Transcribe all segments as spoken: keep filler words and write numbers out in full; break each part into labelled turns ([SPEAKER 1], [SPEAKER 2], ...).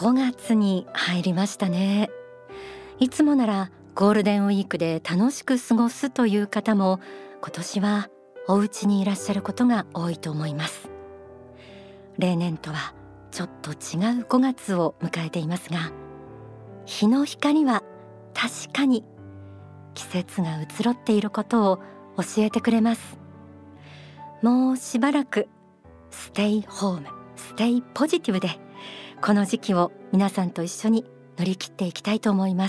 [SPEAKER 1] ごがつに入りましたね。いつもならゴールデンウィークで楽しく過ごすという方も、今年はお家にいらっしゃることが多いと思います。例年とはちょっと違うごがつを迎えていますが、日の光は確かに季節が移ろっていることを教えてくれます。もうしばらくステイホーム、ステイポジティブで、この時期を皆さんと一緒に乗り切っていきたいと思います。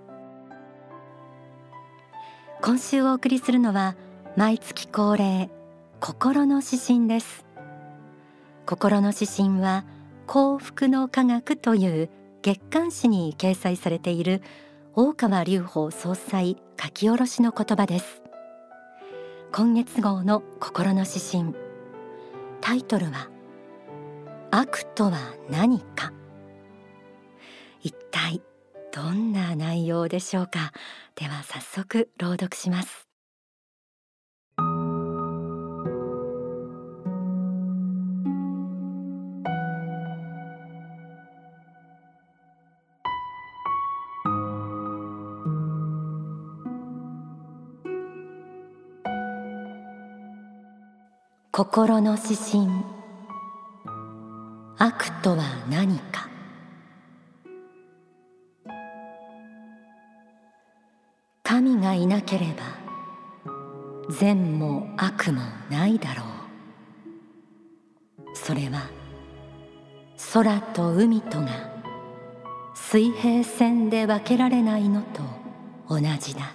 [SPEAKER 1] 今週お送りするのは毎月恒例、心の指針です。心の指針は幸福の科学という月刊誌に掲載されている大川隆法総裁書き下ろしの言葉です。今月号の心の指針、タイトルは悪とは何か。一体どんな内容でしょうか。では早速朗読します。心の指針、悪とは何か。神がいなければ善も悪もないだろう。それは空と海とが水平線で分けられないのと同じだ。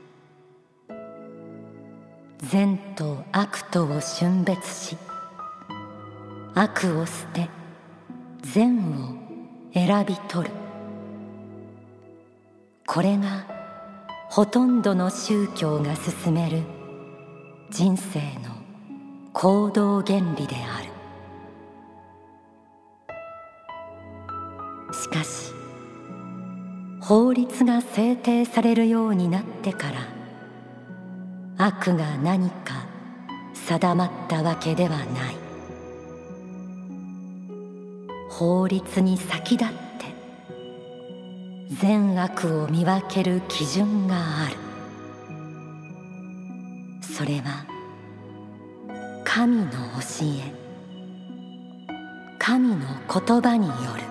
[SPEAKER 1] 善と悪とを峻別し、悪を捨て善を選び取る。これがほとんどの宗教が進める人生の行動原理である。しかし法律が制定されるようになってから、悪が何か定まったわけではない。法律に先立って善悪を見分ける基準がある。それは神の教え、神の言葉による。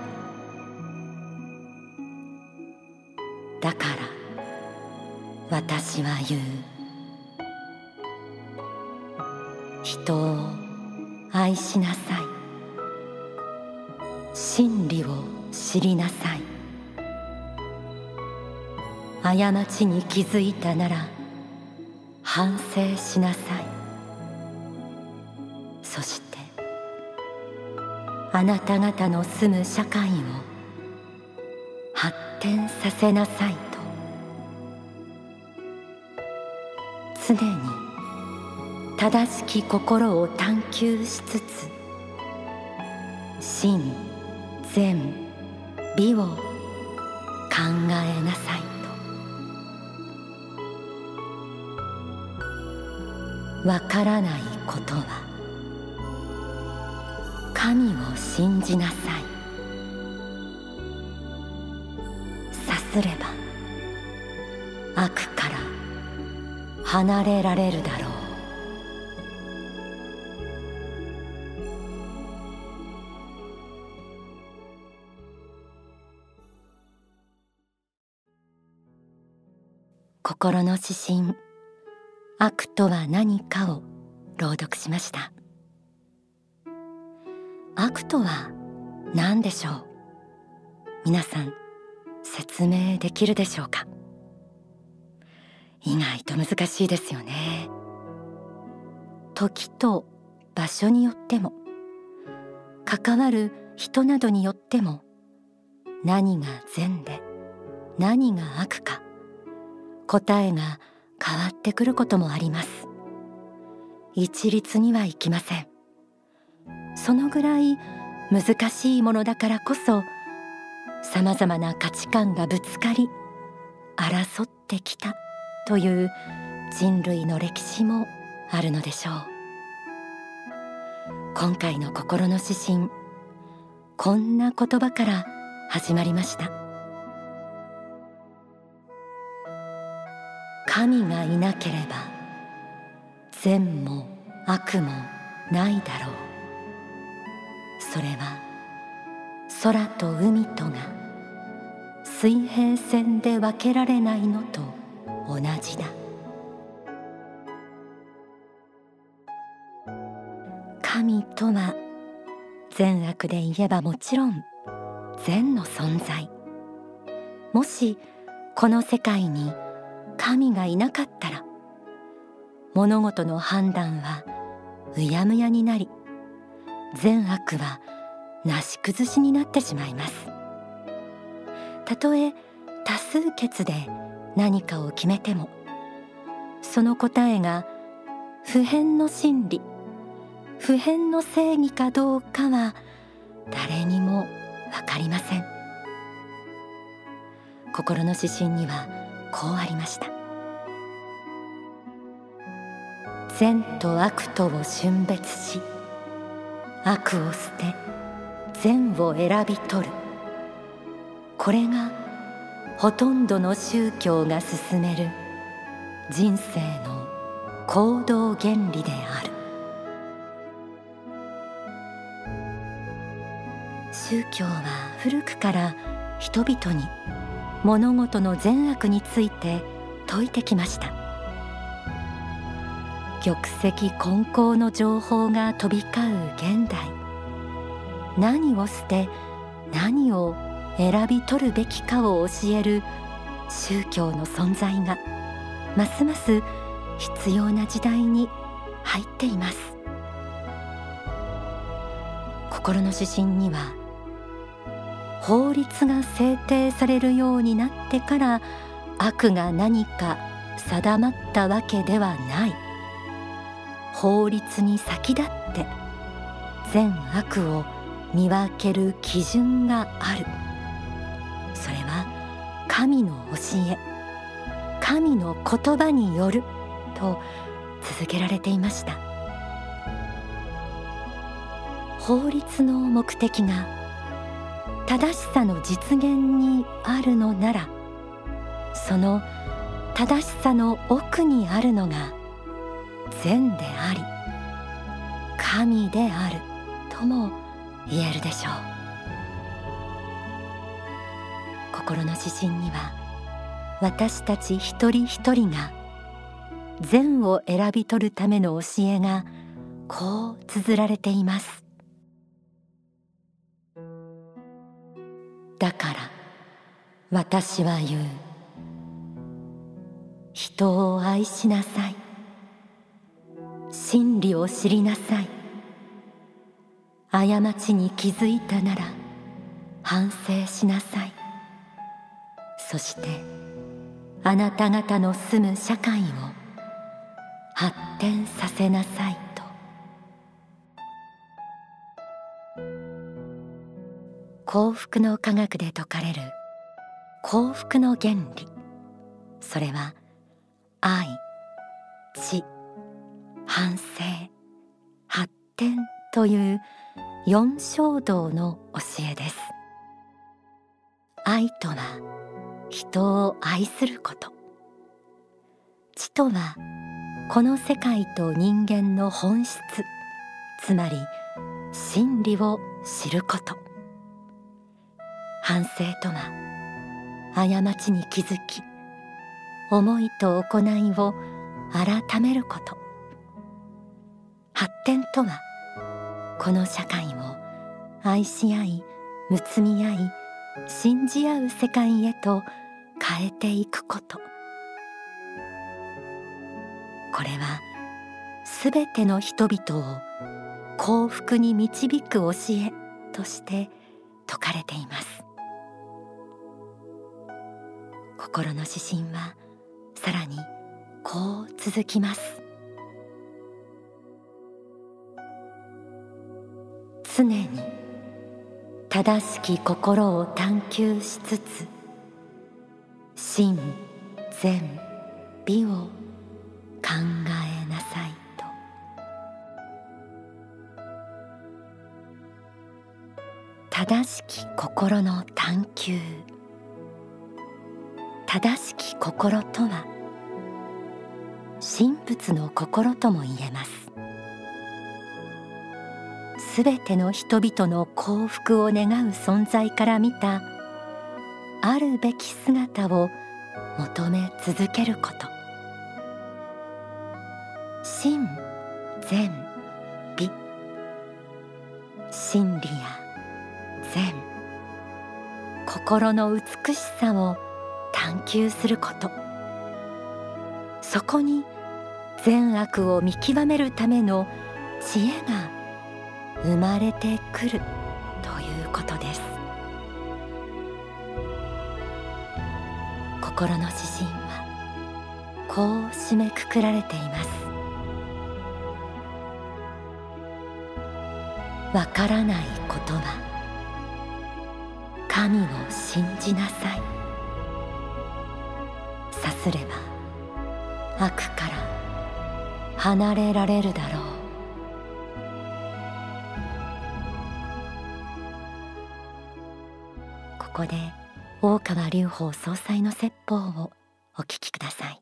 [SPEAKER 1] だから私は言う。人を愛しなさい。真理を知りなさい。過ちに気づいたなら反省しなさい。そしてあなた方の住む社会を発展させなさいと。常に正しき心を探求しつつ、真善美を考えなさいと。わからないことは神を信じなさい。さすれば悪から離れられるだろう。心の指針、悪とは何かを朗読しました。悪とは何でしょう。皆さん説明できるでしょうか。意外と難しいですよね。時と場所によっても、関わる人などによっても、何が善で何が悪か、答えが変わってくることもあります。一律にはいきません。そのぐらい難しいものだからこそ、さまざまな価値観がぶつかり争ってきたという人類の歴史もあるのでしょう。今回の心の指針、こんな言葉から始まりました。神がいなければ善も悪もないだろう。それは空と海とが水平線で分けられないのと同じだ。神とは善悪で言えばもちろん善の存在。もしこの世界に神がいなかったら、物事の判断はうやむやになり、善悪はなし崩しになってしまいます。たとえ多数決で何かを決めても、その答えが不変の真理、不変の正義かどうかは誰にもわかりません。心の指針にはこうありました。善と悪とを峻別し、悪を捨て善を選び取る。これがほとんどの宗教が進める人生の行動原理である。宗教は古くから人々に物事の善悪について説いてきました。玉石混交の情報が飛び交う現代、何を捨て何を選び取るべきかを教える宗教の存在がますます必要な時代に入っています。心の指針には、法律が制定されるようになってから悪が何か定まったわけではない。法律に先立って善悪を見分ける基準がある。それは神の教え、神の言葉によると続けられていました。法律の目的が正しさの実現にあるのなら、その正しさの奥にあるのが善であり神であるとも言えるでしょう。心の指針には、私たち一人一人が善を選び取るための教えがこう綴られています。だから私は言う。人を愛しなさい。真理を知りなさい。過ちに気づいたなら反省しなさい。そしてあなた方の住む社会を発展させなさいと。幸福の科学で説かれる幸福の原理、それは愛、知、反省、発展という四衝動の教えです。愛とは人を愛すること。知とはこの世界と人間の本質、つまり真理を知ること。反省とは過ちに気づき、思いと行いを改めること。発展とはこの社会を愛し合い、結び合い、信じ合う世界へと変えていくこと。これはすべての人々を幸福に導く教えとして説かれています。心の指針はさらにこう続きます。常に正しき心を探求しつつ、真、善、美を考えなさいと。 正しき心の探求。正しき心とは、神仏の心とも言えます。すべての人々の幸福を願う存在から見たあるべき姿を求め続けること。真善美、真理や善、心の美しさを探求すること。そこに善悪を見極めるための知恵が生まれてくるということです。心の指針はこう締めくくられています。わからないことは神を信じなさい。さすれば悪から離れられるだろう。ここで大川隆法総裁の説法をお聞きください。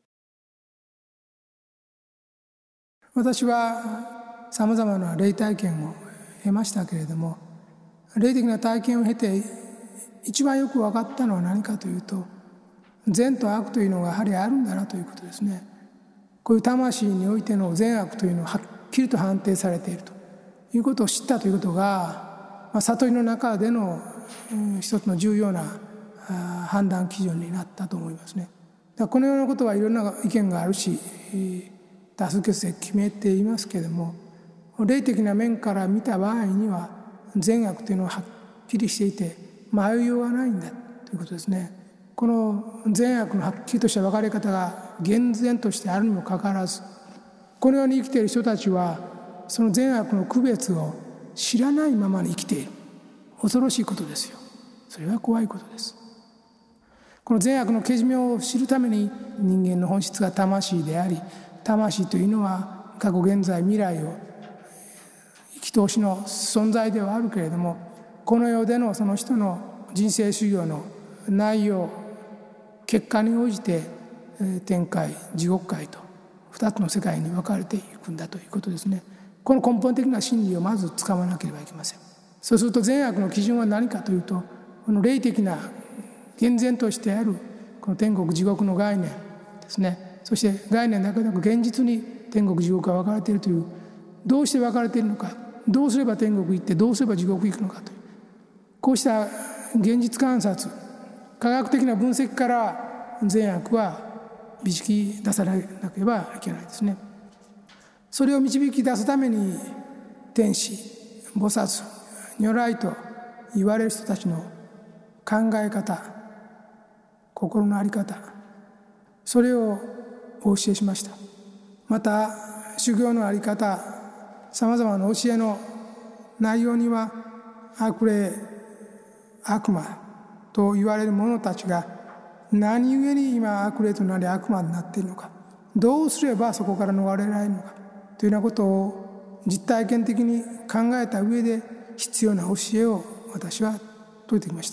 [SPEAKER 2] 私はさまざまな霊体験を経ましたけれども、霊的な体験を経て一番よく分かったのは何かというと、善と悪というのがやはりあるんだなということですね。こういう魂においての善悪というのははっきりと判定されているということを知ったということが、まあ、悟りの中での、えー、一つの重要な判断基準になったと思いますね。だからこのようなことはいろんな意見があるし、多数決で決めていますけれども、霊的な面から見た場合には善悪というのははっきりしていて迷いようがないんだということですね。この善悪のはっきりとした分かれ方が厳然としてあるにもかかわらず、この世に生きている人たちはその善悪の区別を知らないままに生きている。恐ろしいことですよ。それは怖いことです。この善悪のけじめを知るために人間の本質が魂であり、魂というのは過去現在未来を生き通しの存在ではあるけれども、この世でのその人の人生修行の内容、結果に応じて天界地獄界と二つの世界に分かれていくんだということですね。この根本的な真理をまずつかまなければいけません。そうすると善悪の基準は何かというと、この霊的な厳然としてあるこの天国地獄の概念ですね。そして概念だけでなく現実に天国地獄が分かれているという、どうして分かれているのか、どうすれば天国行ってどうすれば地獄行くのかという、こうした現実観察、科学的な分析から善悪は導き出さなければいけないですね。それを導き出すために天使、菩薩、如来と言われる人たちの考え方、心の在り方、それをお教えしました。また修行の在り方、さまざまな教えの内容には悪霊、悪魔と言われる者たちが何故に今悪霊となり悪魔になっているのか、どうすればそこから逃れられるのかというようなことを実体験的に考えた上で必要な教えを私は説いてきました。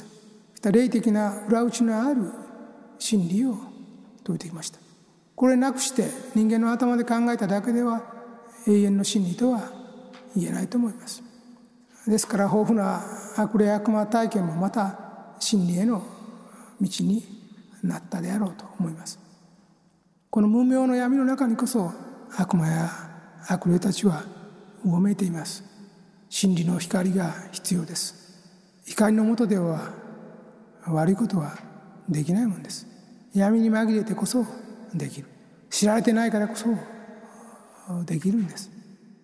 [SPEAKER 2] 霊的な裏打ちのある真理を説いてきました。これなくして人間の頭で考えただけでは永遠の真理とは言えないと思います。ですから豊富な悪霊悪魔体験もまた真理への道になったであろうと思います。この無明の闇の中にこそ悪魔や悪霊たちはうごめいています。真理の光が必要です。光の下では悪いことはできないものです。闇に紛れてこそできる。知られてないからこそできるんです。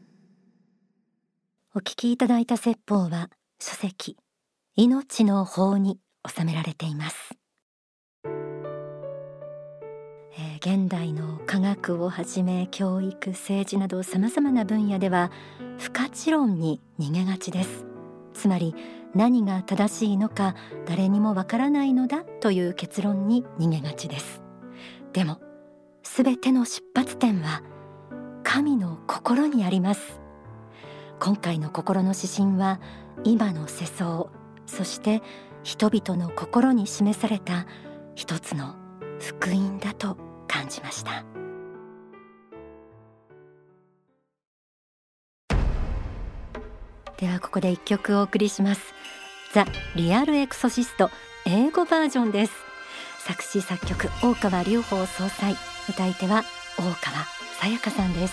[SPEAKER 1] お聞きいただいた説法は書籍命の法に収められています。えー、現代の科学をはじめ教育、政治などさまざまな分野では不可知論に逃げがちです。つまり何が正しいのか誰にもわからないのだという結論に逃げがちです。でもすべての出発点は神の心にあります。今回の心の指針は今の世相、 そして人々の心に示された一つの福音だと感じました。ではここで一曲お送りします。ザ・リアルエクソシスト英語バージョンです。作詞作曲大川隆法総裁、歌い手は大川さやかさんです。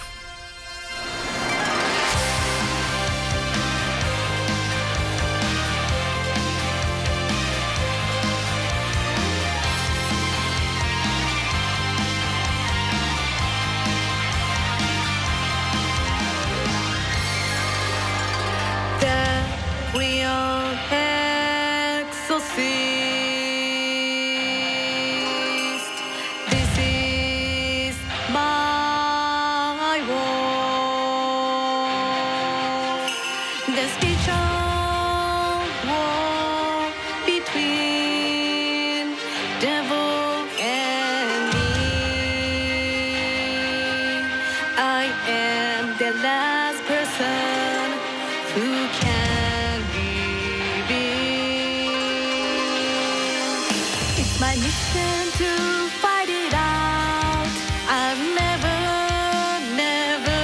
[SPEAKER 3] My mission to fight it out. I'll never, never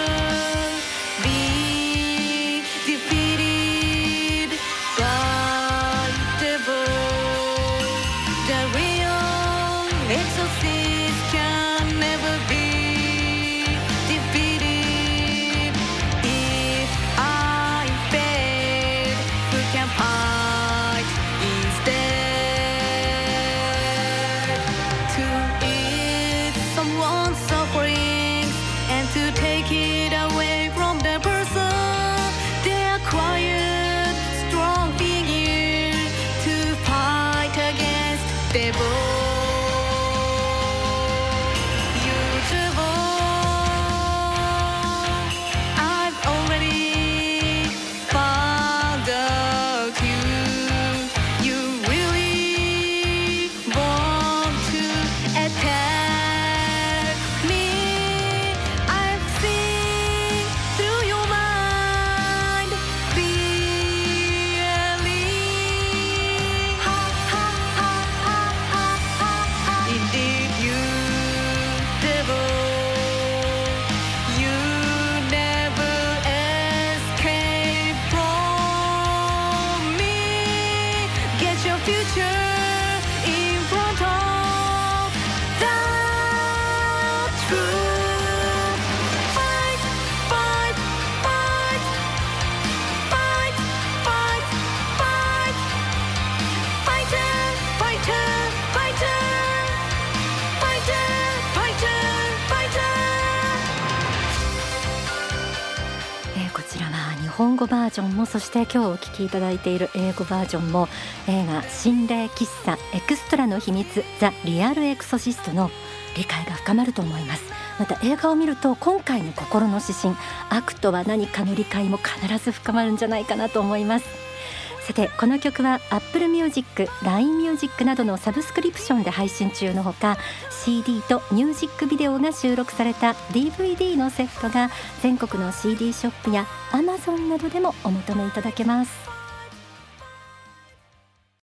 [SPEAKER 3] be defeated by devil. The real exorcist can never be defeated. If I fail, who can fight instead? To take it away from the person, they acquired strong figure to fight against devil. You devil, I've already found out you. You really want to attack me.
[SPEAKER 1] 日本語バージョンも、そして今日お聴きいただいている英語バージョンも、映画心霊喫茶エクストラの秘密ザ・リアルエクソシストの理解が深まると思います。また映画を見ると今回の心の指針、悪とは何かの理解も必ず深まるんじゃないかなと思います。さてこの曲は Apple Music、ライン Music などのサブスクリプションで配信中のほか、 シーディー とミュージックビデオが収録された ディーブイディー のセットが全国の シーディー ショップや Amazon などでもお求めいただけます。